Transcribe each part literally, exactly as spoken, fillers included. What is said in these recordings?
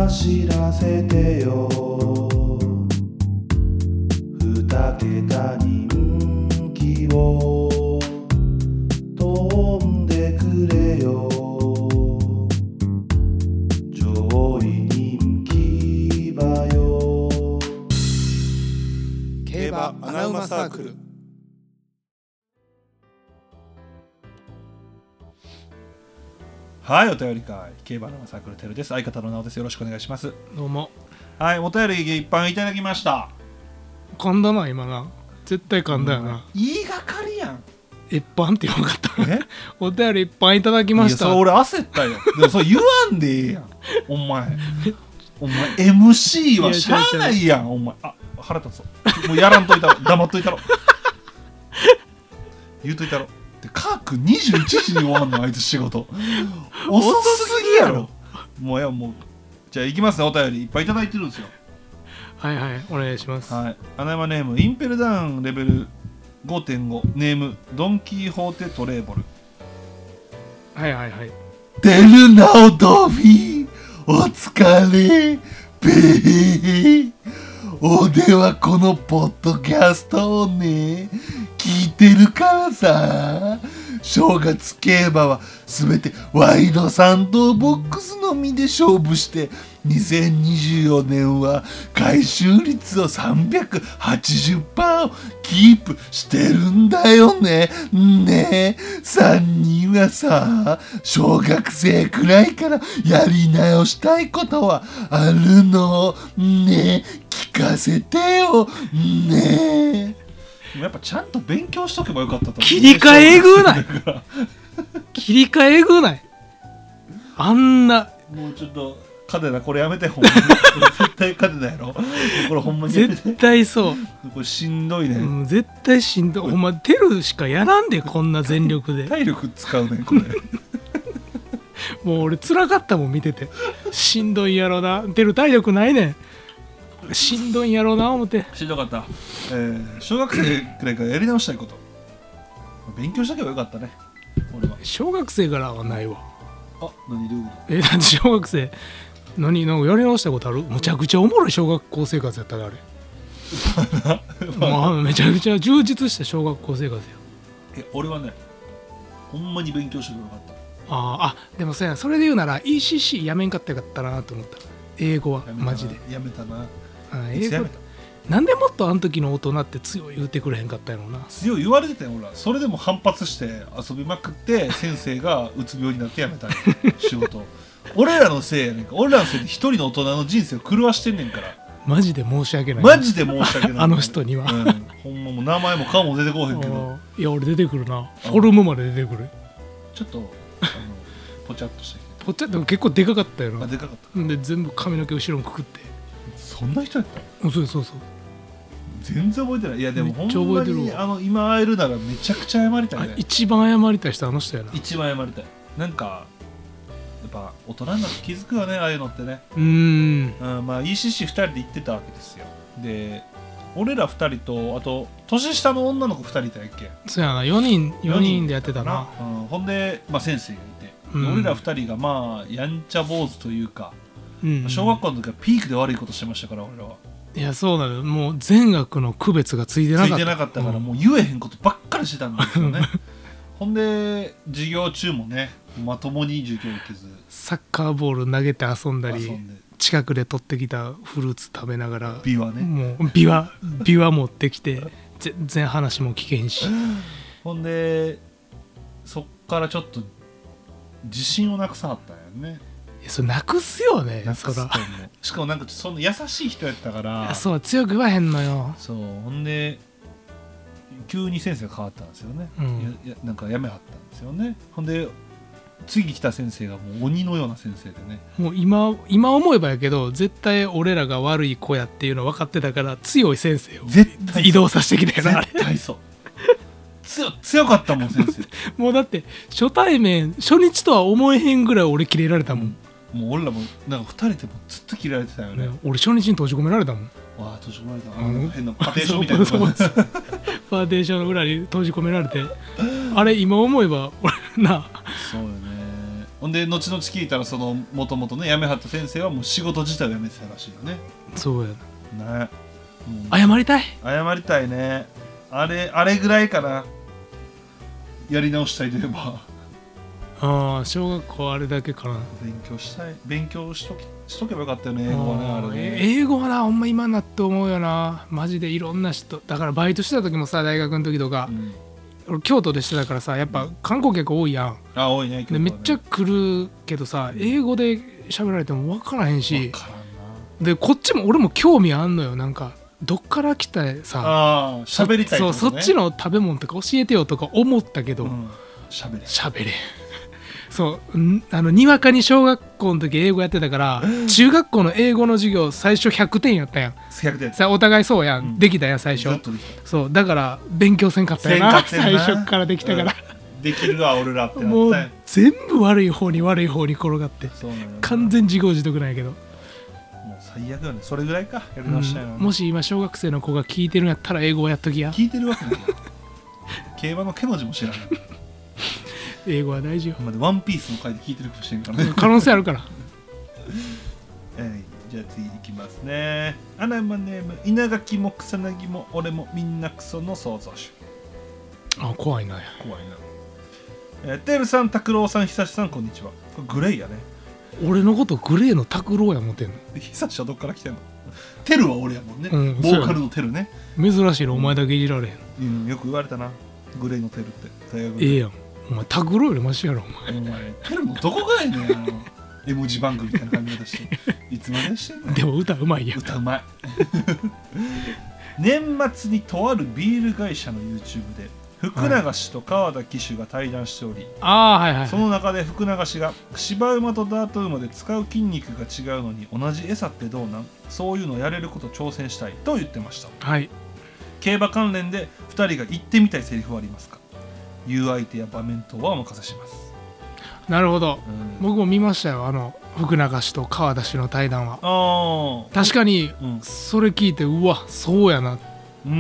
走らせてよ二桁人気を飛んでくれよ上位人気馬よ競馬アナウマサークル。 はい、お便り会競馬のサークルテルです。相方の直です。よろしくお願いします。 どうも。 はい、お便り一般いただきました。 噛んだな今な。絶対噛んだよな。 言いがかりやん。 一般って言わなかった。 えお便り一般いただきました。 いや、それ俺焦ったよ。でもそれ言わんでええやん。お前お前 エムシー はしゃあないやん。お前あ腹立つぞ。もうやらんといたろ。黙っといたろ。言うといたろ。でカー君にじゅういちじに終わんのあいつ仕事遅すぎやろ。もうやもうじゃあ行きますね。お便りいっぱいいただいてるんですよ。 はいはいお願いします。 はい、穴山ネームインペルダウンレベル ごてんご ネームドンキーホーテトレーボル。 はいはいはい。 デルナオドフィーお疲れべー俺はこのポッドキャストをね聞いてるからさ正月競馬はすべてワイドサンドボックスのみで勝負してにせんにじゅうよねんは回収率を さんびゃくはちじゅっパーセント をキープしてるんだよね。ねえさんにんはさ小学生くらいからやり直したいことはあるのねえ聞かせてよねえ。 やっぱちゃんと勉強しとけばよかったと思う。 切り替ええぐない切り替ええぐないあんなもうちょっとカデナこれやめてほんまに絶対カデナやろこれほんまにやめて絶対そうこれしんどいね、 うん、絶対しんどい。ほんまテルしかやらんでこんな全力で体力使うねこれもう俺辛かったもん見ててしんどいやろなテル体力ないねんしんどいんやろうな思ってしんどかった、えー、小学生くらいからやり直したいこと勉強しとけばよかったね俺は。 小学生からはないわ。 あ、何どういうこえだって小学生何なんかやり直したことある？むちゃくちゃおもろい小学校生活やったであれまあめちゃくちゃ充実した小学校生活や。 え俺はねほんまに勉強してくれなかった。 ああでもそうやそれで言うなら イーシーシー やめんかったよかったなと思った。英語はマジでやめたな。 あ英語いつやめた。 なんでもっとあの時の大人って強い言うてくれへんかったんやろな。 強い言われてたよ俺ら。それでも反発して遊びまくって先生がうつ病になってやめたんや仕事俺らのせいやねんか。俺らのせいで一人の大人の人生を狂わしてんねんからマジで申し訳ない。 マジで申し訳ないあの人には、 うん、ほんまもう名前も顔も出てこうへんけどいや俺出てくるな。フォルムまで出てくる。 ちょっとあのポチャっとしてぽっちゃっても結構でかかったよな。 あでかかったで全部髪の毛後ろにくくってそんな人やったそうそうそう全然覚えてない。いやでもほめっちゃんま覚えてるわにあの今会えるならめちゃくちゃ謝りたいね。 一番謝りたい人あの人やな。 一番謝りたい。なんかやっぱ大人になって気づくよねああいうのってね。 うーんうん、まあ イーシーシーふたりで行ってたわけですよ。で俺らふたりとあと年下の女の子ふたりいたやっけ。 そうやなよにんよにんでやってたな。 うん、ほんで、まあ、先生がいて、 うん俺らふたりがまあやんちゃ坊主というか、 うん小学校の時はピークで悪いことしてましたから俺らは。 いやそうなのもう善悪の区別がついてなかった。 ついてなかったからもう言えへんことばっかりしてたんですよねほんで授業中もねまともに授業受けずサッカーボール投げて遊んだり遊んで近くで取ってきたフルーツ食べながらビワねもうビワビワ持ってきて全然話も聞けんしほんでそっからちょっと自信をなくさはったんやね。 いやそれなくすよねなくすとそら思う。しかもなんかその優しい人やったからそう強く言わへんのよ。 そうほんで急に先生が変わったんですよね、 うんややなんか辞めはったんですよね。ほんで次来た先生がもう鬼のような先生でね。 もう今今思えばやけど絶対俺らが悪い子やっていうの分かってたから強い先生を絶対移動させてきたよなあれ絶対そう強強かったもん先生もうだって初対面初日とは思えへんぐらい俺キレられたもん、 もう俺らもなんかふたりでもずっと切られてたよね。 ね俺初日に閉じ込められたもん。 わあ閉じ込められたあのな。変なパテーションみたいなそうそうそうパーテーションの裏に閉じ込められてあれ今思えば俺なそうよね。 ほんで後々聞いたらそのもともとね辞めはった先生はもう仕事自体を辞めてたらしいよね。 そうやね、 な。謝りたい。 謝りたいね。あれあれぐらいかな。やり直したいといえばああ、小学校あれだけかな。 勉強したい。勉強しときしとけばよかったよね、英語はね。あれね。 え英語はな、ほんま今になって思うよな。マジでいろんな人。だからバイトしてた時もさ、大学の時とか、 うん、 俺京都でしてたからさ、やっぱ観光客多いやん。 あ、多いね。 でめっちゃ来るけどさ、英語で喋られても分からへんし、 分からんな。 でこっちも俺も興味あんのよ。なんかどっから来たさ、 ああ、喋りたいってことね。 そう、そっちの食べ物とか教えてよとか思ったけど、 うん、喋れ喋れそう、んあのにわかに小学校の時英語やってたから中学校の英語の授業最初ひゃくてんやったやん。 ひゃくてん。 さお互いそうやん、 うん、 できたやん最初。そうだから勉強せんかったよな、最初からできたから、 うん、できるわ俺らってなった。 もう全部悪い方に悪い方に転がって、 そうなのよ、 完全自業自得なんやけど、 もう最悪よね。それぐらいかやり直したいな、 うん、もし今小学生の子が聞いてるんやったら英語をやっときや。 聞いてるわけない競馬の毛の字も知らない英語は大事よ。 までワンピースの回で聞いてるかもしれんからね可能性あるからえい、じゃあ次いきますね。アナマネーム稲垣も草薙も俺もみんなクソの創造主。 あ、怖いな。 怖いな。えー、テールさん、拓郎さん、久志さん、こんにちは。これグレイやね。 俺のことグレーの拓郎や思ってんの。 久志はどっから来てんの。テルは俺やもんね、うん、ボーカルのテルね。 珍しいの、お前だけいじられへん、 うん、よく言われたな、グレイのテルって大学で。 ええやん、お前拓郎よりマシやろお前。 お前テルのどこがやねん、あの絵文字番組みたいな感じだしいつまでしてんの。 でも歌うまいやん。 歌うまい年末にとあるビール会社の YouTube で福永氏と川田騎手が対談しており、 あー、はいはいはい、 その中で福永氏が芝馬とダート馬で使う筋肉が違うのに同じ餌ってどうなん、そういうのやれること挑戦したいと言ってました。 はい。 競馬関連でふたりが言ってみたいセリフはありますか。言う相手や場面等はお任せします。 なるほど、 うん、 僕も見ましたよ、あの福永氏と川田氏の対談は。 あ確かに、うん、それ聞いてうわそうやな、 うん、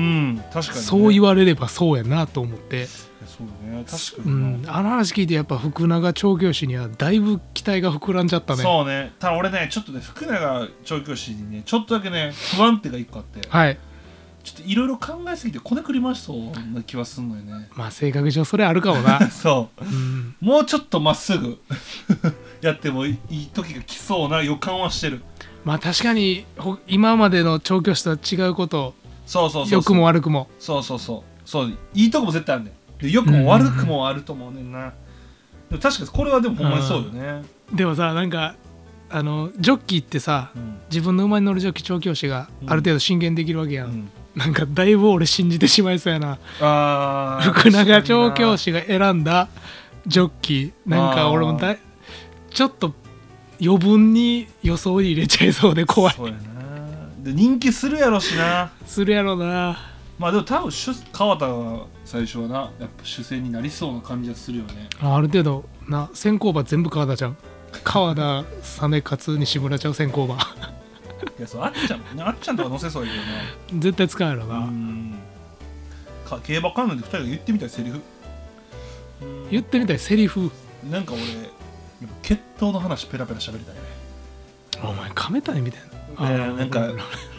確かに、ね、 そう言われればそうやなと思って。 そうね、確かに、うん、あの話聞いてやっぱ福永調教師にはだいぶ期待が膨らんじゃったね。 そうね。ただ俺ね、ちょっとね、福永調教師にねちょっとだけね不安定がいっこあって、 はい、 ちょっといろいろ考えすぎてこねくり回しそうな気はすんのよね。 まあ性格上それあるかもなそう、 うん、 もうちょっとまっすぐやってもいい時が来そうな予感はしてる。 まあ確かに今までの調教師とは違うこと、 そうそうそうそう、 良くも悪くも、 そうそうそうそう、いいとこも絶対あるねん。で良くも悪くもあると思うねんな、うんうん、でも確かにこれはでもほんまにそうよね。 でもさ、なんかあのジョッキーってさ、うん、自分の馬に乗るジョッキー調教師がある程度進言できるわけやん、うん、なんかだいぶ俺信じてしまいそうやな。 あ福永調教師が選んだジョッキー、なんか俺もだちょっと余分に予想に入れちゃいそうで怖い。 そうやな。で人気するやろしな。 するやろな。 まあでも多分川田は最初はなやっぱ主戦になりそうな感じがするよね。 あ, ある程度な、先行馬全部川田ちゃん、川田サメ勝西村ちゃん先行馬いやそう、あっちゃんあっちゃんとか乗せそうやけどな絶対使うやろな。 うんか競馬関連でふたりが言ってみたいセリフ、 言ってみたいセリフ、 なんか俺血統の話ペラペラ喋りたいね。 お前亀谷みたいな、 えー、なんか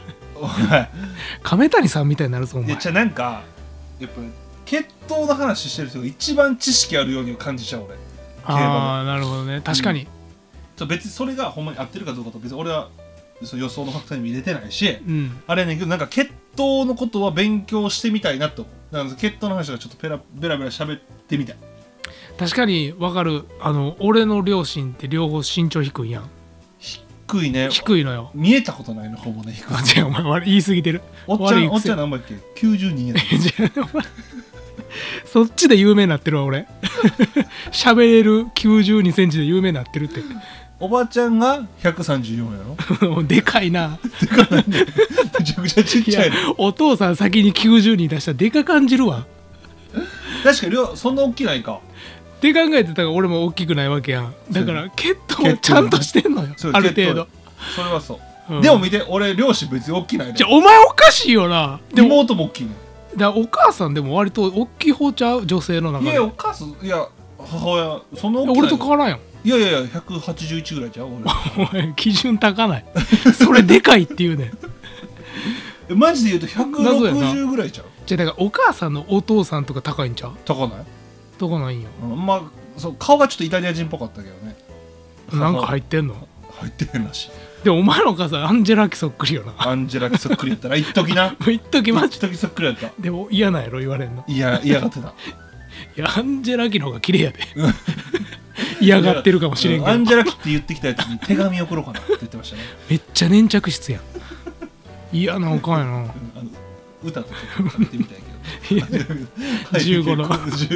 亀谷さんみたいになるぞお前。 いやじゃあなんかやっぱ血統の話してる人が一番知識あるように感じちゃう俺。 ああなるほどね、確かに、 うん、別にそれがほんまに合ってるかどうかと別に俺はその予想のファクターにも入れてないし、 うん、 あれやねんけどなんか血統のことは勉強してみたいなと思う。だから血統の話がちょっとペラベラベラ喋ってみたい。 確かに分かる。あの俺の両親って両方身長低いやん。 低いね。 低いのよ。 見えたことないのほぼね。低い。 あ、違う、お前言い過ぎてる。 おっちゃんおっちゃん何倍っけきゅうじゅうにやそっちで有名になってるわ俺喋れるきゅうじゅうにセンチで有名になってるって。 おばちゃんがひゃくさんじゅうよんやろでかいな。 でかないね。めちゃくちゃちっちゃい。 お父さん先にきゅうじゅうに出したらでか感じるわ。 確かにそんな大きないかって考えてたら俺も大きくないわけやん。だから血統ちゃんとしてんのよ、ある程度。 それはそう、うん、でも見て俺両親別に大きないね。 じゃあお前おかしいよな。 でも妹も大きいね。 だからお母さんでも割と大きい方ちゃう、女性の中で。 いやお母さんいや母親そんな大きい。 俺と変わらんやん。 いやいやいやひゃくはちじゅういちぐらいちゃう俺お前基準高ないそれでかいって言うねんえマジで言うとひゃくろくじゅうぐらいちゃうじゃあだからお母さんのお父さんとか高いんちゃう？ 高ない、 高ないんよ、 うん、まあそう顔がちょっとイタリア人っぽかったけどねなんか入ってんの？ 入ってへんらしい。 でもお前のお母さんアンジェラ・アキそっくりよなアンジェラ・アキそっくりやったら一時な一時マジ一時そっくりやったでも嫌なんやろ言われんの。 いや嫌がってたいやアンジェラ・アキの方が綺麗やで嫌がってるかもしれんけど、 アンジェラ・アキって言ってきたやつに手紙送ろうかなって言ってましたねめっちゃ粘着質やん嫌なおかんやな。 あの歌とか歌ってみたいけどじゅうごの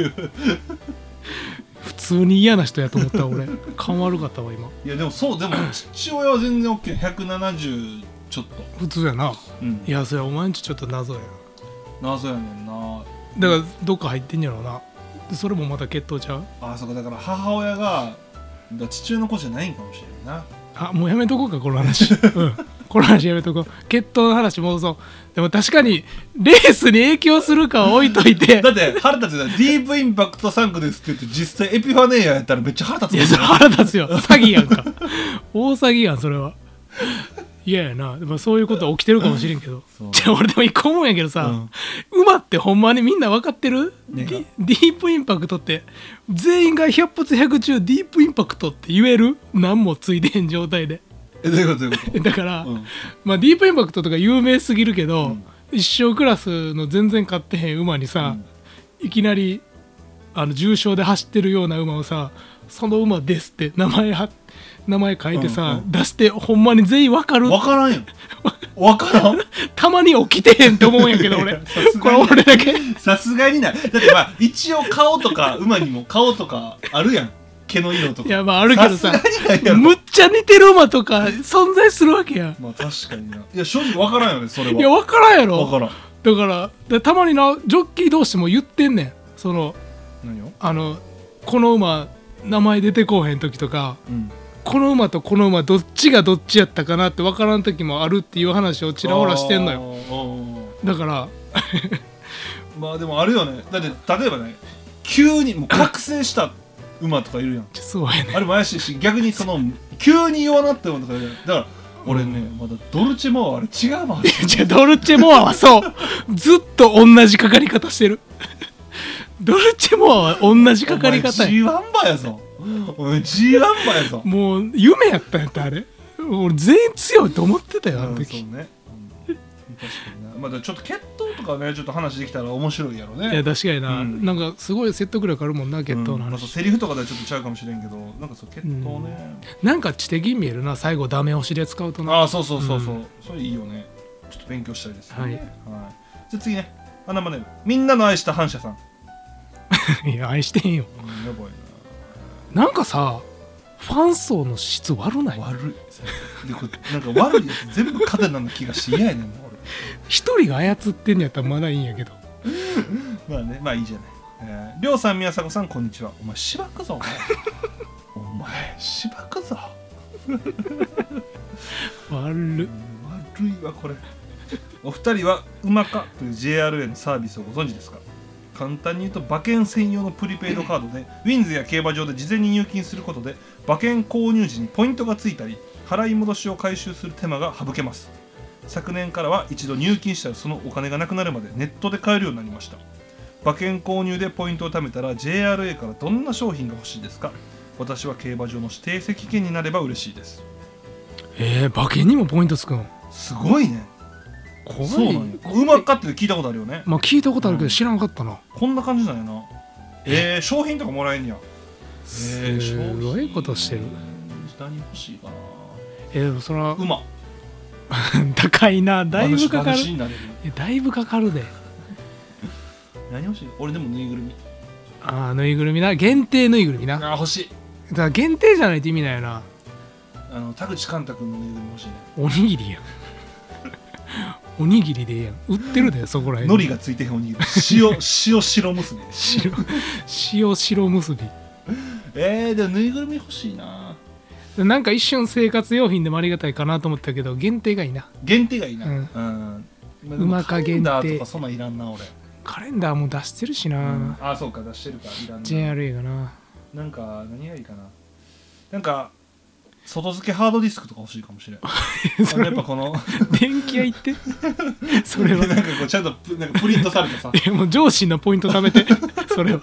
普通に嫌な人やと思った俺勘悪かったわ今。 いやでもそうでも父親は全然 OK ひゃくななじゅうちょっと普通やな、 うん、 いやそれお前んちちょっと謎や謎やねんな。 だからどっか入ってんやろうな。それもまた血統ちゃう？ あそうかだから母親がだ父親の子じゃないんかもしれんな。 あもうやめとこうかこの話うんこの話やめとこう。血統の話戻そう。でも確かにレースに影響するかは置いといてだって腹立つよ。ディープインパクトサンクですって言って実際エピファネイアやったらめっちゃ腹立ついやそれ腹立つよ詐欺やんか大詐欺やんそれは。嫌やな。でもそういうことは起きてるかもしれんけどじゃあ俺でも一個思うんやけどさ、うん、馬ってほんまにみんな分かってる？ディ、ディープインパクトって全員がひゃく発ひゃく中ディープインパクトって言える？何もついてへん状態で。 えどういうことどういうことだから、 うん、 まあディープインパクトとか有名すぎるけど、うん、一生クラスの全然勝ってへん馬にさ、うん、いきなりあの重賞で走ってるような馬をさその馬ですって名前は名前書いてさ、うんうん、出してほんまに全員分かる？ 分からんよ分からんたまに起きてへんと思うんやけど俺これ俺だけさすがにない。だってまあ一応顔とか馬にも顔とかあるやん毛の色とか。 いやまああるけどさむっちゃ似てる馬とか存在するわけや。 まあ確かにな。いや正直分からんよねそれは。 いや分からんやろ。 分からん。 だからでたまになジョッキー同士も言ってんねん。その何をあのこの馬名前出てこうへん時とか、うん、この馬とこの馬どっちがどっちやったかなって分からん時もあるっていう話をちらほらしてんのよ。だからまあでもあるよね。だって例えばね急にもう覚醒した馬とかいるやん。 そうやね。 あれも怪しいし逆にその急に弱なった馬とかいるやん。だから俺ね、うん、まだドルチェモアあれ違うもん。 じゃドルチェモアはそうずっと同じかかり方してるドルチェモアは同じかかり方や。 ジーワン 馬やぞお前 ジーワン 馬やぞ。 もう夢やったんやったあれ。俺全員強いと思ってたよあの時、 うん、そうね、うん、確かにな。まだちょっと血統とかねちょっと話できたら面白いやろね。 いや確かにな、うん、なんかすごい説得力あるもんな血統の話、うんまあ、 セリフとかではちょっとちゃうかもしれんけどなんかそう血統ね、 うん、なんか知的に見えるな最後ダメ押しで使うとな。 ああそうそうそうそう、うん、それいいよね。ちょっと勉強したいですね。はい、はい、じゃあ次ねあなまねみんなの愛した反射さんいや愛してへんよ、 うん、やばいな。なんかさファン層の質悪ない？ 悪いでこれなんか悪いやつ全部カテナの気がして嫌やねんな俺。 一人が操ってんのやったらまだいいんやけどまあねまあいいじゃない。えー、りょうさん宮迫さんこんにちは。お前しばくぞお前お前しばくぞ悪い悪いわこれ。お二人はうまかという ジェイアールエー のサービスをご存知ですか？簡単に言うと馬券専用のプリペイドカードでウィンズや競馬場で事前に入金することで馬券購入時にポイントがついたり払い戻しを回収する手間が省けます。昨年からは一度入金したらそのお金がなくなるまでネットで買えるようになりました。馬券購入でポイントを貯めたら ジェイアールエー からどんな商品が欲しいですか？私は競馬場の指定席券になれば嬉しいです。 えー、馬券にもポイントつくの？ すごいね。 怖い。 そうなんや。うまかって聞いたことあるよね。 まあ聞いたことあるけど知らんかったな、うん、 こんな感じなんやな。えー、商品とかもらえんや。 えー、すごいことしてる。 何欲しいかな。 えー、そら馬高いな。だいぶかかる。 になれる。 えだいぶかかるで。 何欲しい？俺でもぬいぐるみ。 ああぬいぐるみな。限定ぬいぐるみな。 あ欲しい。 だから限定じゃないと意味ないよな。 あの田口寛太君のぬいぐるみ欲しいね。 おにぎりやんおにぎりでええやん。売ってるでそこらへん。 海苔がついてへんおにぎり。塩塩白結び。 塩塩白結び。 えー、でもぬいぐるみ欲しいな。 なんか一瞬生活用品でもありがたいかなと思ったけど限定がいいな。 限定がいいな。 うんうん。うまか限定。カレンダーとかそんなんいらんな俺。 カレンダーも出してるしな。 うん、あそうか出してるかいらんな。 ジェイアールエー がな。 なんか何がいいかな。 なんか外付けハードディスクとか欲しいかもしれんそれやっぱこの電気屋行ってそれはなんかこうちゃんとプなんかプリントされてさいやもう上司のポイント貯めてそれは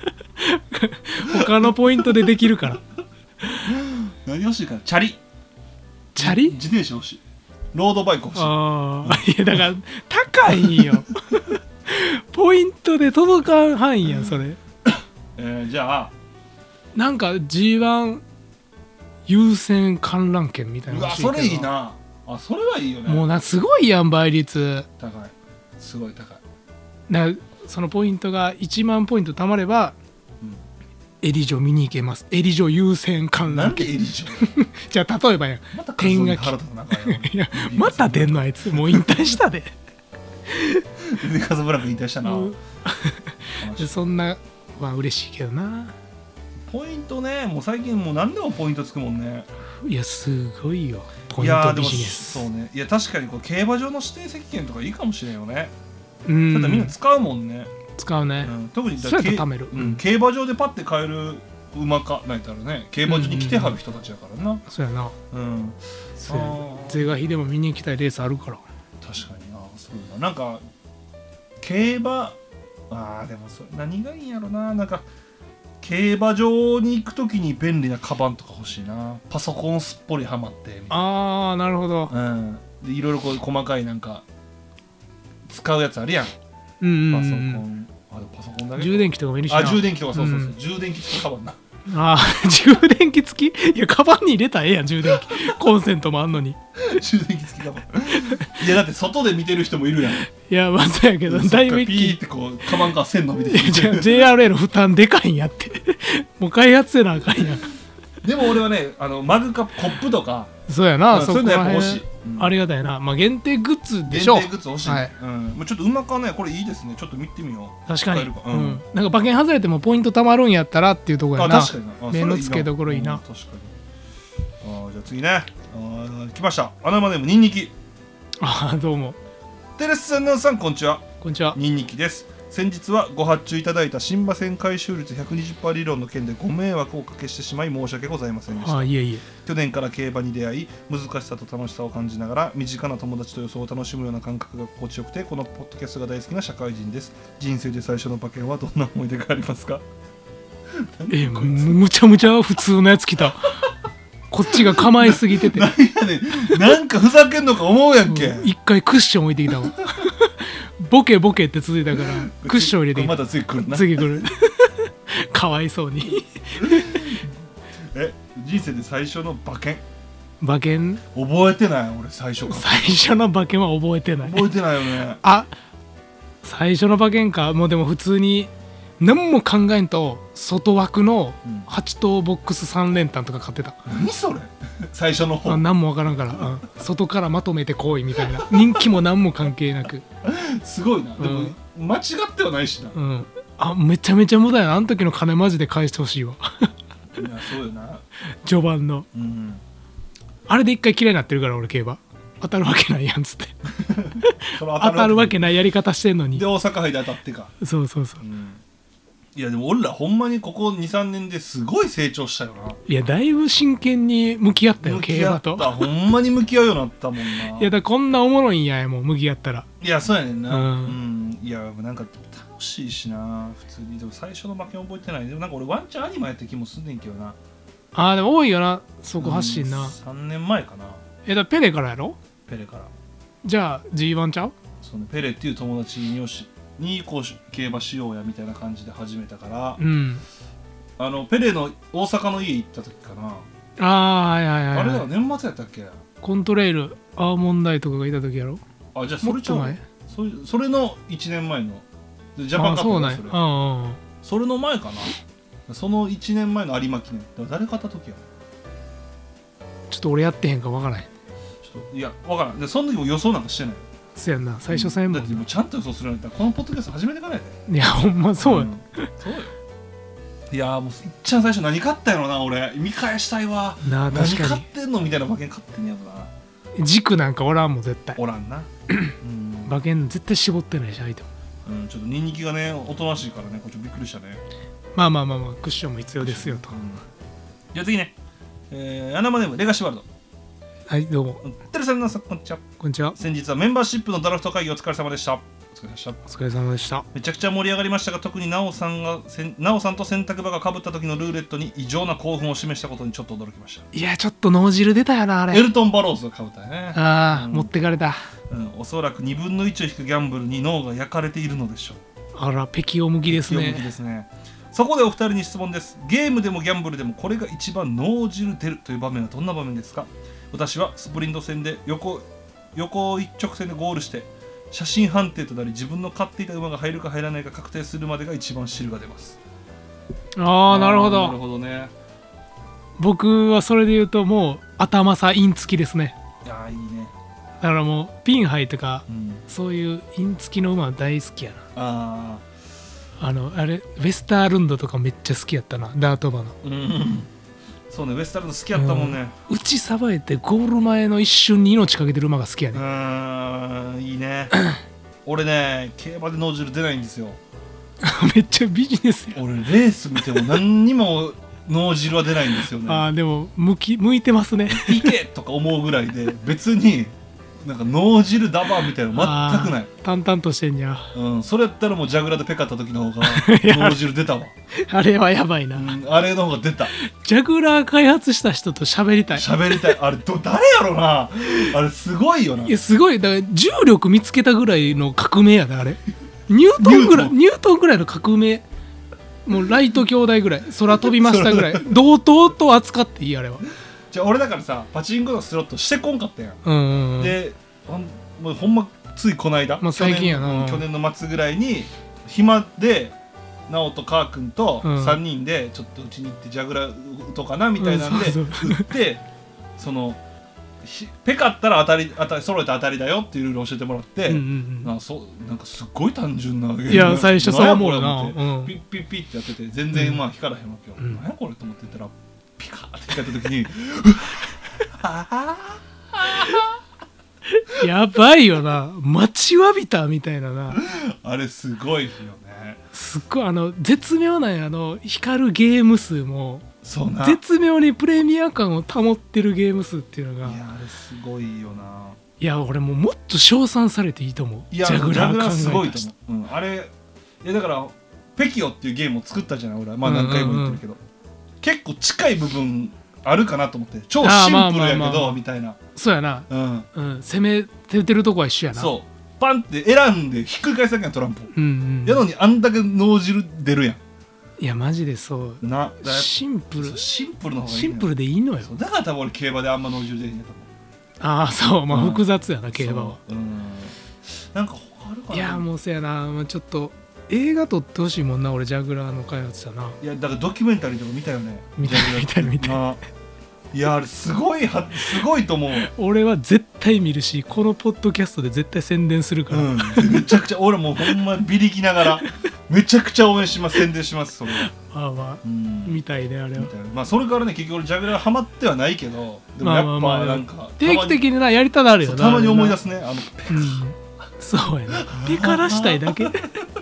他のポイントでできるから。 何欲しいかな。チャリチャリ自転車欲しい。ロードバイク欲しい。 ああいやだから高いんよポイントで届かん範囲やんそれ。 えー、じゃあなんか ジーワン 優先観覧券みたいなうわそれいいなあ。それはいいよね。 もうなすごいやん倍率。 高いすごい高い。 なそのポイントがいちまんポイント貯まれば、うん、エリジョ見に行けます。エリジョ優先観覧券。 なんでエリジョじゃあ例えばやんまた点がいやまた出んのあいつもう引退したででカズブラック引退したな、うん、 そんなは嬉しいけどな。 ポイントねもう最近もう何でもポイントつくもんね。 いやすごいよポイントビジネス。 そうね。いや確かにこう競馬場の指定席券とかいいかもしれんよね。 うんだってみんな使うもんね。 使うね、 うん、特にそうやったら貯める、 うん、競馬場でパッて買える馬かないたらね競馬場に来てはる人たちやからな、 うんうん、そうやな、 うん、 そうや是が非でも見に行きたいレースあるから。 確かにな。そうだなんか競馬あーでもそれ何がいいんやろな。なんか競馬場に行くときに便利なカバンとか欲しいな。パソコンすっぽりはまってみたいな。 あーなるほど、 うん、でいろいろこう細かいなんか使うやつあるやん。 うんうんうん、 パソコンあでもパソコンだけ充電器とかもいるしな。 あ充電器とかそうそうそう、 うん、 充電器付きカバンな。 あ充電器付きいやカバンに入れたらええやん充電器コンセントもあんのに充電器付きカバンいやだって外で見てる人もいるやん。 いやまあそうやけどだいぶ一気ピーってこうカバンから線伸びてきてジェイアールエー の負担でかいんやってもう開発せなあかんやん。 でも俺はねあのマグカップコップとかそうやな、うん、 そういうのやっぱ欲しい、 うん、ありがたいな。まあ限定グッズでしょ。 限定グッズ欲しい、はいうん、もうちょっとうまかねこれいいですね。ちょっと見てみよう。 確かにか、 うんうん、なんか馬券外れてもポイント貯まるんやったらっていうところやな。 あ確かにな。 目の付けどころいいな、 うん、確かに。あじゃあ次ねあ来ました。アナマネームニンニキ。 あどうもテレスさんのさんこんにちは。 こんにちは。 ニンニキです。先日はご発注いただいた新馬戦回収率 ひゃくにじゅっパーセント 理論の件でご迷惑をおかけしてしまい申し訳ございませんでした。 あいえいえ。 去年から競馬に出会い難しさと楽しさを感じながら身近な友達と予想を楽しむような感覚が心地よくてこのポッドキャストが大好きな社会人です。人生で最初の馬券はどんな思い出がありますかえむむちゃむちゃ普通のやつ来たこっちが構えすぎててなんやねんなんかふざけんのか思うやんけ、 うん、一回クッション置いてきたわボケボケって続いたからクッション入れてきた。 また次来るな。 次来るかわいそうにえ人生で最初の馬券馬券覚えてない。俺最初から最初の馬券は覚えてない。 覚えてないよね。 あ最初の馬券か。もうでも普通に何も考えんと外枠のはち頭ボックスさん連単とか買ってた、 うん、何それ最初の方何もわからんから、うん、外からまとめてこいみたいな人気も何も関係なくすごいな、うん、でも間違ってはないしな、 うん、あめちゃめちゃ無駄やな。あの時の金マジで返してほしいわいやそうよな序盤の、うん、あれで一回嫌いになってるから俺競馬当たるわけないやんつって当たるわけないやり方してんのにで大阪杯で当たってか。 そうそうそう、 うんいやでも俺らほんまにここ にさんねんですごい成長したよな。 いやだいぶ真剣に向き合ったよ競馬と。 ほんまに向き合うようになったもんな。 いやだからこんなおもろいんやもう向き合ったら。 いやそうやねんな、 うんうん、いやなんか楽しいしな普通に。でも最初の馬券覚えてない。でもなんか俺ワンチャンアニマやった気もすんねんけどな。 あーでも多いよなそこ発信な、 うん、さんねんまえかな。 えだペレからやろ。 ペレからじゃあ ジーワン ちゃう。 そのペレっていう友達によしにこう競馬しようやみたいな感じで始めたから、 うん、 あのペレの大阪の家行った時かな。 ああはいはいはい、はい、 あれだ年末やったっけ。 コントレイルアーモンダイとかがいた時やろ。 あじゃあそれちゃう前 そ, れそれのいちねんまえのジャパンカップだ。それああそれの前かな。そのいちねんまえの有馬記念だ誰勝った時や。 ちょっと俺やってへんか分からへん。 ちょっといや分からんでその時も予想なんかしてない。 そうやんな最初戦も、 うん、だってもうちゃんと予想するんだったらこのポッドキャスト始めていかないで。 いやほんまそうよ、 うん、そうよ。いやもういっちゃん最初何買ったやろな俺見返したいわなあ。確かに何買ってんのみたいな馬券買ってんやろな。 軸なんかおらんもん絶対おらんな、うん、 馬券絶対絞ってないし相手も、 うん、ちょっとニンニキがねおとなしいからねこっちびっくりしたね。 まあまあまあまあクッションも必要ですよと、うん、 じゃあ次ねえー、アナマネームレガシーワールド。 はいどうもてるさん皆さんこんにちは。 こんにちは。 先日はメンバーシップのドラフト会議お疲れ様でした。お疲れ様でした。 お疲れ様でした。 めちゃくちゃ盛り上がりましたが、特にナオさんがナオさんと洗濯場が被った時のルーレットに異常な興奮を示したことにちょっと驚きました。 いやちょっと脳汁出たよなあれ。 エルトン・バローズが被ったよね。 ああ、 うん持ってかれた。 うん、おそらくにぶんのいちを引くギャンブルに脳が焼かれているのでしょう。 あら北京向きです強向きね。 ですね。そこでお二人に質問です。ゲームでもギャンブルでもこれが一番脳汁出るという場面はどんな場面ですか？私はスプリント戦で横横一直線でゴールして写真判定となり、自分の飼っていた馬が入るか入らないか確定するまでが一番汁が出ます。 ああなるほど。 なるほどね。 僕はそれで言うともう頭差イン付きですね。 いやーいいね。 だからもうピンハイとか、 うん、 そういうイン付きの馬は大好きやな。 ああのあれウェスタールンドとかめっちゃ好きやったな、ダート馬の。 ーうんそうね、ウエスタルド好きやったもんね。 打ちさばいてゴール前の一瞬に命かけてる馬が好きやうね。 ーんいいね俺ね競馬で脳汁出ないんですよ。 めっちゃビジネスや。 俺レース見ても何にも脳汁は出ないんですよね。 ああでも向き向いてますね。 いけとか思うぐらいで別になんか脳汁ダバーみたいなの全くない。 淡々としてんじゃん。 うん、それやったらもうジャグラでペカった時の方が脳汁出たわ。 あれはやばいな、 うん、あれの方が出た。 ジャグラー開発した人と喋りたい。 喋りたい。あれど誰やろな。あれすごいよな。 いやすごい。だから重力見つけたぐらいの革命やであれ。ニュートンぐらいニュートンぐらいの革命。もうライト兄弟ぐらい空飛びましたぐらい同等と扱っていいあれは。 じゃあ俺だからさパチンコのスロットしてこんかったやん。 うんうんうん、 でほんもうほんまついこの間、 まあ最近やな去年、去年の末ぐらいに暇で直人カー君とうんさんにんでちょっとうちに行ってジャグラー打とうかなみたいなんでうんそうそう打ってそのひペカったら当たり当たり揃えて当たりだよっていうルール教えてもらって、 うんうんなんかそうなんかすっごい単純なゲームいや最初そう思うよななんやこれ思ってうんピッピッピッってやってて全然まあ光らへんわけよ、 うんなんやこれと思ってたらピカーって光った時にやばいよな。待ちわびたみたいなな。 あれすごいよね。 すっごいあの絶妙なあの光るゲーム数もそうな。 絶妙にプレミア感を保ってるゲーム数っていうのがいやあれすごいよな。 いや俺もうもっと称賛されていいと思う。 いやジャグラー考えすごいた人。 と思う、うん、あれいやだからペキオっていうゲームを作ったじゃない俺はまあ何回も言ってるけど、結構近い部分あるかなと思って超シンプルやけあーまあまあまあまあどみたいな、 そうやな、 うん、 うん、攻めてるとこは一緒やな。 そうパンって選んでひっくり返すだけやんトランプを、 うんうん、 やのにあんだけ脳汁出るやいやマジでそんなだシンプルそうシンプルの方がいい、ね、 シンプルでいいのよ。 そうだから多分俺競馬であんま脳汁出へんやと思う。 ああそうまあうん複雑やな、競馬は。 そううんなんか他あるかな。 いやもうせやな、まあ、ちょっと映画撮ってほしいもんな俺ジャグラーの開発者な。 いやだからドキュメンタリーとか見たよね。 見た見た見たないやあれすごいはすごいと思う。 俺は絶対見るしこのポッドキャストで絶対宣伝するから、 うん、めちゃくちゃ俺もうほんまビリきながらめちゃくちゃ応援します宣伝しますそれは。 まあまあうんみたいねあれはみたいなまあそれからね結局俺ジャグラーハマってはないけどでもやっぱまあまあまあなんか定期的になやりたなるよな。 そうたまに思い出す、 すねあのうん、そうやなペカらしたいだけあ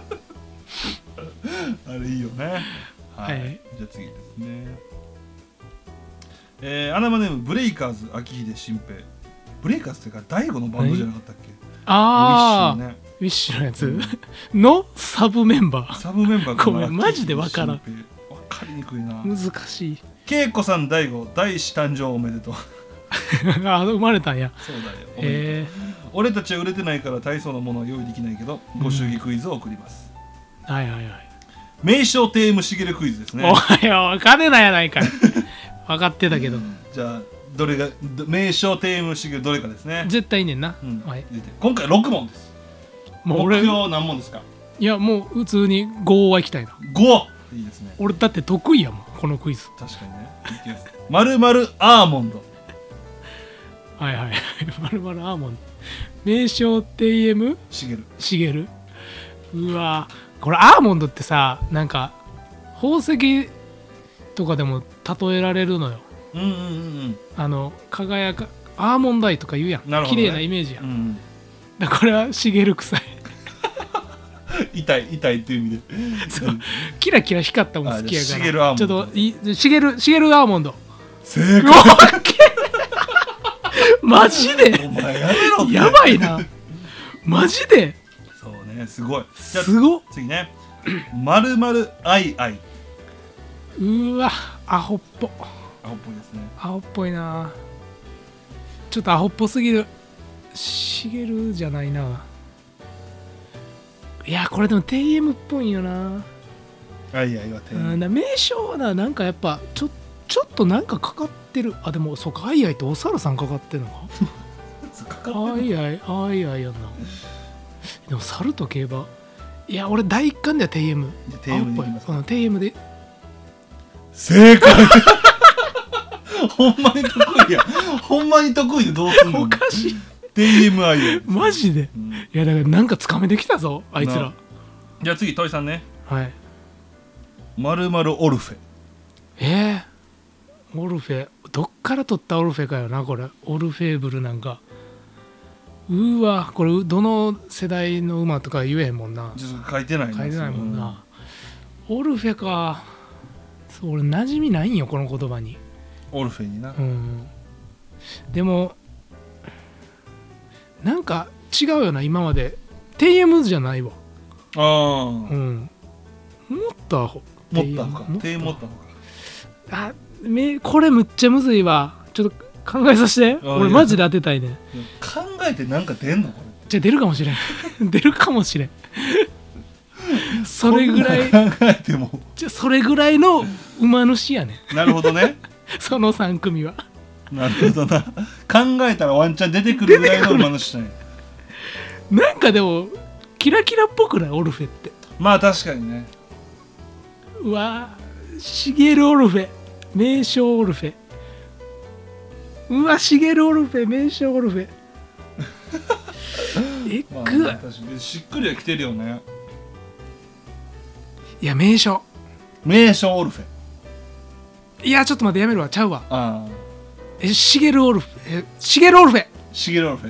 れいいよね。はい、 はいじゃあ次ですね。えー、アナマネームブレイカーズ秋秀新平。ブレイカーズっていうか大悟のバンドじゃなかったっけ？ ああウィッシュのねウィッシュのやつのサブメンバーサブメンバーごめんマジでわからんわかりにくいな。 難しい恵子さん大悟大志誕生おめでとう。 あ生まれたんや。 そうだよ。おめでとうえ俺たちは売れてないから大層なものは用意できないけど、ご祝儀クイズを送ります。 ー、はいはいはい。 名称テームしげるクイズですね。 おはよう金なやないかい分かってたけどじゃあどれがど名称テームしげるどれかですね。 絶対いいねんな、 うんはい、 出て今回ろく問です。 もう俺目標何問ですか？ いやもう普通にごは行きたいな。 ご。いいですね。 俺だって得意やもんこのクイズ。 確かにね。いきます。まるまるアーモンド。 はいはいまるまるアーモンド名称 ティーエムしげる。 しげる。うわこれアーモンドってさなんか宝石とかでも例えられるのよ。 うんうんうんあの輝かアーモンドアイとか言うやん、 なるほどね綺麗なイメージやん、 うん。うんだからこれはしげる臭い痛い痛いっていう意味で。 そうキラキラ光ったもん好きやからあじゃあしげるアーモンドちょっといしげるしげるアーモンド正う解。 わっけマジでお前やめろって。 やばいなマジでそうね、すごい。じゃあすごっ。 次ね。まるまるあいあい。 うわアホっぽアホっぽいですね。 アホっぽいな。ちょっとアホっぽすぎる。しげるじゃないな。いやこれでも ティーエム っぽいんよな。 あいあいはてうんだ名称はな、なんかやっぱちょちょっとなんかかかってる。あでもそうか、あいあいとおさるさんかかってるのかあいあいあいあいやんな。でも猿と競馬、いや俺第一巻では ティーエム。 じゃあ ティーエム でいきますか。 うん ティーエム で正解。 ほんまに得意や。ほんまに得意でどうすんの。 おかしいティーエムアイマジで。 うんいやだからなんかつかめてきたぞあいつら。 なじゃあ次トイさんね。 はい。 まるまるオルフェ。 えー、オルフェどっから取ったオルフェかよなこれ。オルフェーブルなんかうーわこれどの世代の馬とか言えへんもんな。 ちょっと書いてないんですよ。 書いてないもんな、オルフェか。そう俺馴染みないんよこの言葉に。 オルフェにな。 うんでもなんか違うよな今まで。 ティーエム じゃないわ。 ああ。 うんもっとアホ。 持ったのか。 もっと手持ったのか。 あめこれむっちゃむずいわ。ちょっと考えさせて。 あ俺マジで当てたいね。 考えてなんか出んのこれ。 じゃあ出るかもしれん出るかもしれんそれぐらいこんなん考えても。 じゃあそれぐらいの馬主やねんなるほどね。 そのさん組は。 なるほどな。考えたらワンチャン出てくるぐらいの馬の下に。 なんかでもキラキラっぽくないオルフェって。 まあ確かにね。 うわシゲルオルフェ名称オルフェ。うわシゲルオルフェ名称オルフェえっまあ、 く、 確かにしっくりはきてるよね。 いや名称。 名称オルフェ。 いやちょっと待ってやめるわちゃうわ。 ああ。 えシゲルオルフェえシゲルオルフェ。 シゲルオルフェ。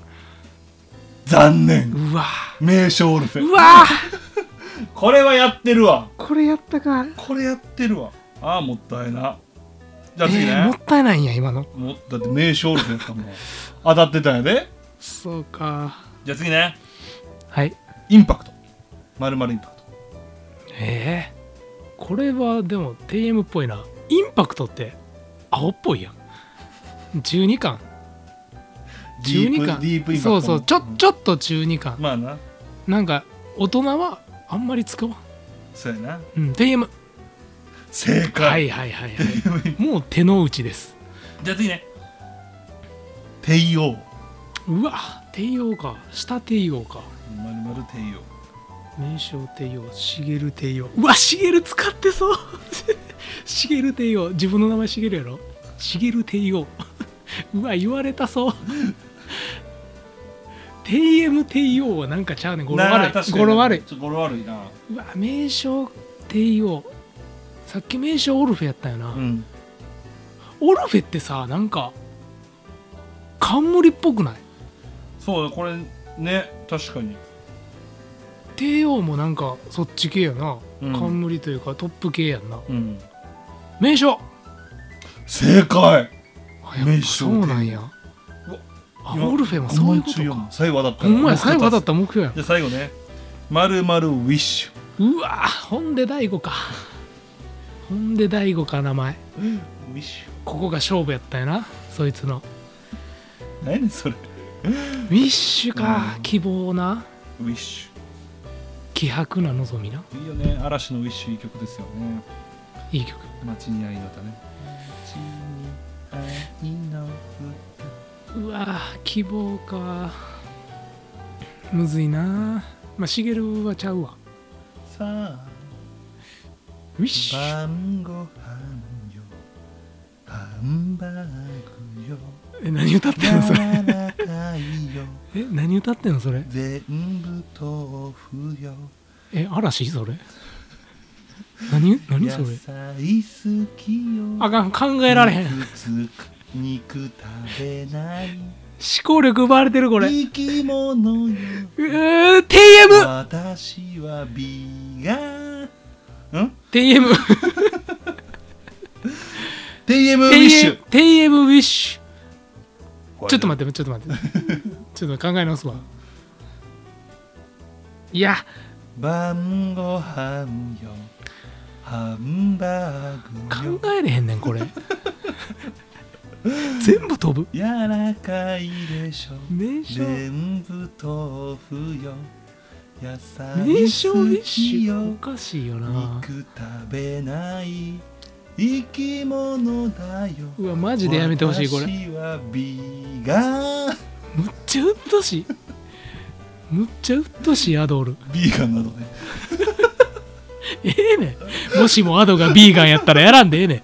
残念。 うわ名称オルフェ。 うわこれはやってるわ。 これやったか。 これやってるわ。ああ、もったいな。じゃあ次ね。 えーもったいないんや今の。 もだって名称オルフェやったもん。当たってたんやで。 そうか。 じゃあ次ね。 はい。 インパクト。まるまるインパクト。 えー、これはでも ティーエム っぽいな。インパクトって青っぽいやん。じゅうにかん。 ディープじゅうにかん。 ディープインパクト。 そうそうちょちょっとじゅうにかん。 まあな。 なんか大人はあんまり使わん。 そうやな。 うん ティーエム。 正解。 はいはいはいはいもう手の内です。 じゃあ次ね。帝王。 うわ帝王か。下帝王か。 まるまる帝王。 名称帝王しげる帝王。うわしげる使ってそうしげる帝王自分の名前しげるやろ。しげる帝王うわ言われたそうティーエム 帝王はなんかちゃうねん。語呂悪い語呂悪い。 ちょっと語呂悪いな。 うわ名称帝王。さっき名称オルフェやったよな、 うん。 オルフェってさなんか冠っぽくない？ そうだ、これね、確かに。 帝王もなんかそっち系やな、 うん冠というかトップ系やんな。 うん。 名称正解。 あやっぱ名称そうなんや。 うわあオルフェもそういうことか。 最後当たった。 ほんまや最後当たった目標やん。 じゃあ最後ね。まるまるウィッシうわほんで大悟か。ほんで大悟か名前。 ュ。ウィッシここが勝負やったよなそいつの。 ュ。何やねんそれ。 ウィッシュか、 うん希望な。 ウィッシ気迫な望みな。 ュ。いいよね。嵐のウィッシュいい曲ですよね。 いい曲。 街に愛の歌ね。街に愛のうわ希望か。むずいな。まあしげるはちゃうわ。 歌。さあ。 ウィッシュ。 晩ご飯よ。ハンバーグよ。 え何歌ってんのそれ。 柔らかいよ。 え何歌ってんのそれ。 全部豆腐よ。 え嵐それ。何何それ。 野菜好きよ。 あかん考えられへん。 肉つく肉食べない思考力奪われてるこれ。 生き物よ。 えー、ティーエム私はビーガン。んティーエムテイエムウィッシュ。 テイエムウィッシュ。ちょっと待ってちょっと待ってちょっと考え直すわ。いや晩ご飯よハンバーグ考えれへんねんこれ全部飛ぶ。 柔らかいでしょ名称全部豆腐よ野名菜称ウィッ好シュきよおかしいよな。 肉食べない生き物だよ。 うわマジでやめてほしいこれ。 私はビーガン。 むっちゃうっとしいむっちゃうっとしいアドル。 ビーガンなどねええねん。もしもアドがビーガンやったらやらんでええね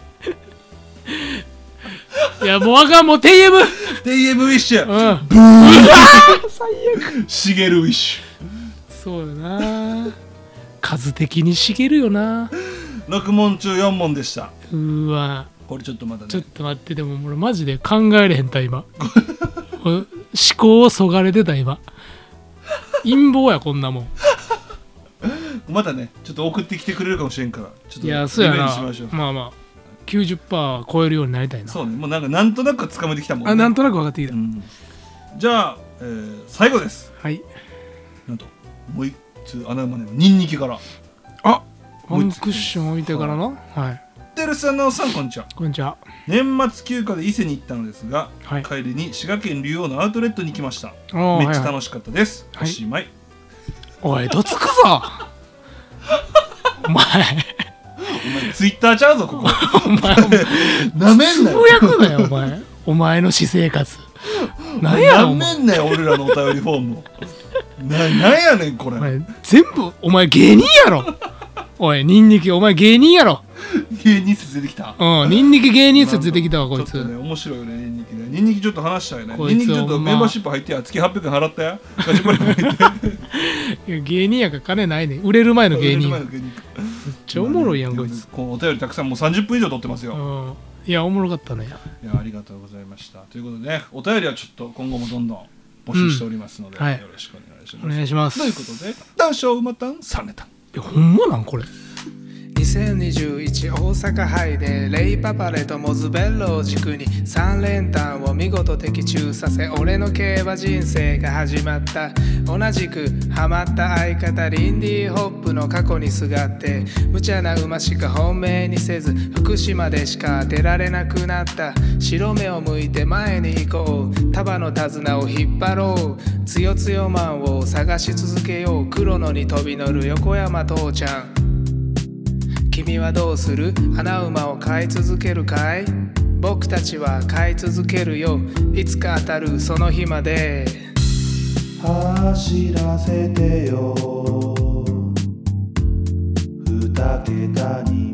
ん。いやもうあかんもう テイエムテイエムウィッシュ、 うん、 ブー最悪。 シゲルウィッシそうよな数的に茂るよな。 ュ。ろく問中よん問でした。 うーわこれちょっとまだねちょっと待ってでも俺マジで考えれへんた今思考をそがれてた今。陰謀やこんなもん。 またねちょっと送ってきてくれるかもしれんからちょっといやそうやリベンなジしましょう。 まあまあ きゅうじゅっパーセント 超えるようになりたいな。 そうねもうなんかなんとなくつかめてきたもんね。 あなんとなく分かってきた、 うん、じゃあ、えー、最後です。 はい。 なんともう一つ穴馬ネームニンニキからあワンクッション置いてからのはいテルスさん、なおさん、こんにちは。 こんにちは。 年末休暇で伊勢に行ったのですが、 はい帰りに滋賀県竜王のアウトレットに行きました。 おーはいはいめっちゃ楽しかったです。 はいおしまい。 おいどつくぞお前お前ツイッターちゃうぞここ。 お前なめんなよ。 つぶやくなよお前お前の私生活何やなお前めんなよ俺らのお便りフォームを。な、なんやねんこれ。 お前全部お前芸人やろおいニンニキお前芸人やろ。 芸人説出てきた。 うんニンニキ芸人説出てきたわこいつ。 ちょっとね面白いよねニンニキね。ニンニキちょっと話したいね。 こいつニンニキちょっとほんまメンバーシップ入ってや月はっぴゃくえん払ったや。ガチャバリ入って。 いや芸人やから金ないねん売れる前の芸人めっ売れる前の芸人ちゃおもろいやんこいつ。 こうお便りたくさんもうさんじゅっぷん以上取ってますよ。 うんいやおもろかったね。 いやありがとうございました。ということでねお便りはちょっと今後もどんどん募集しておりますので、 うんはいよろしくお願いしおます。 願いします。 ということで単勝馬単さんネタ。 いやほんまなんこれ。 にせんにじゅういち大阪杯でレイパパレとモズベッロを軸にさん連単を見事的中させ俺の競馬人生が始まった。同じくハマった相方リンディホップの過去にすがって無茶な馬しか本命にせず福島でしか当てられなくなった。白目を向いて前に行こう束の手綱を引っ張ろうつよつよマンを探し続けよう黒野に飛び乗る横山父ちゃん。君はどうする？穴馬を飼い続けるかい？僕たちは飼い続けるよいつか当たるその日まで走らせてよ二桁に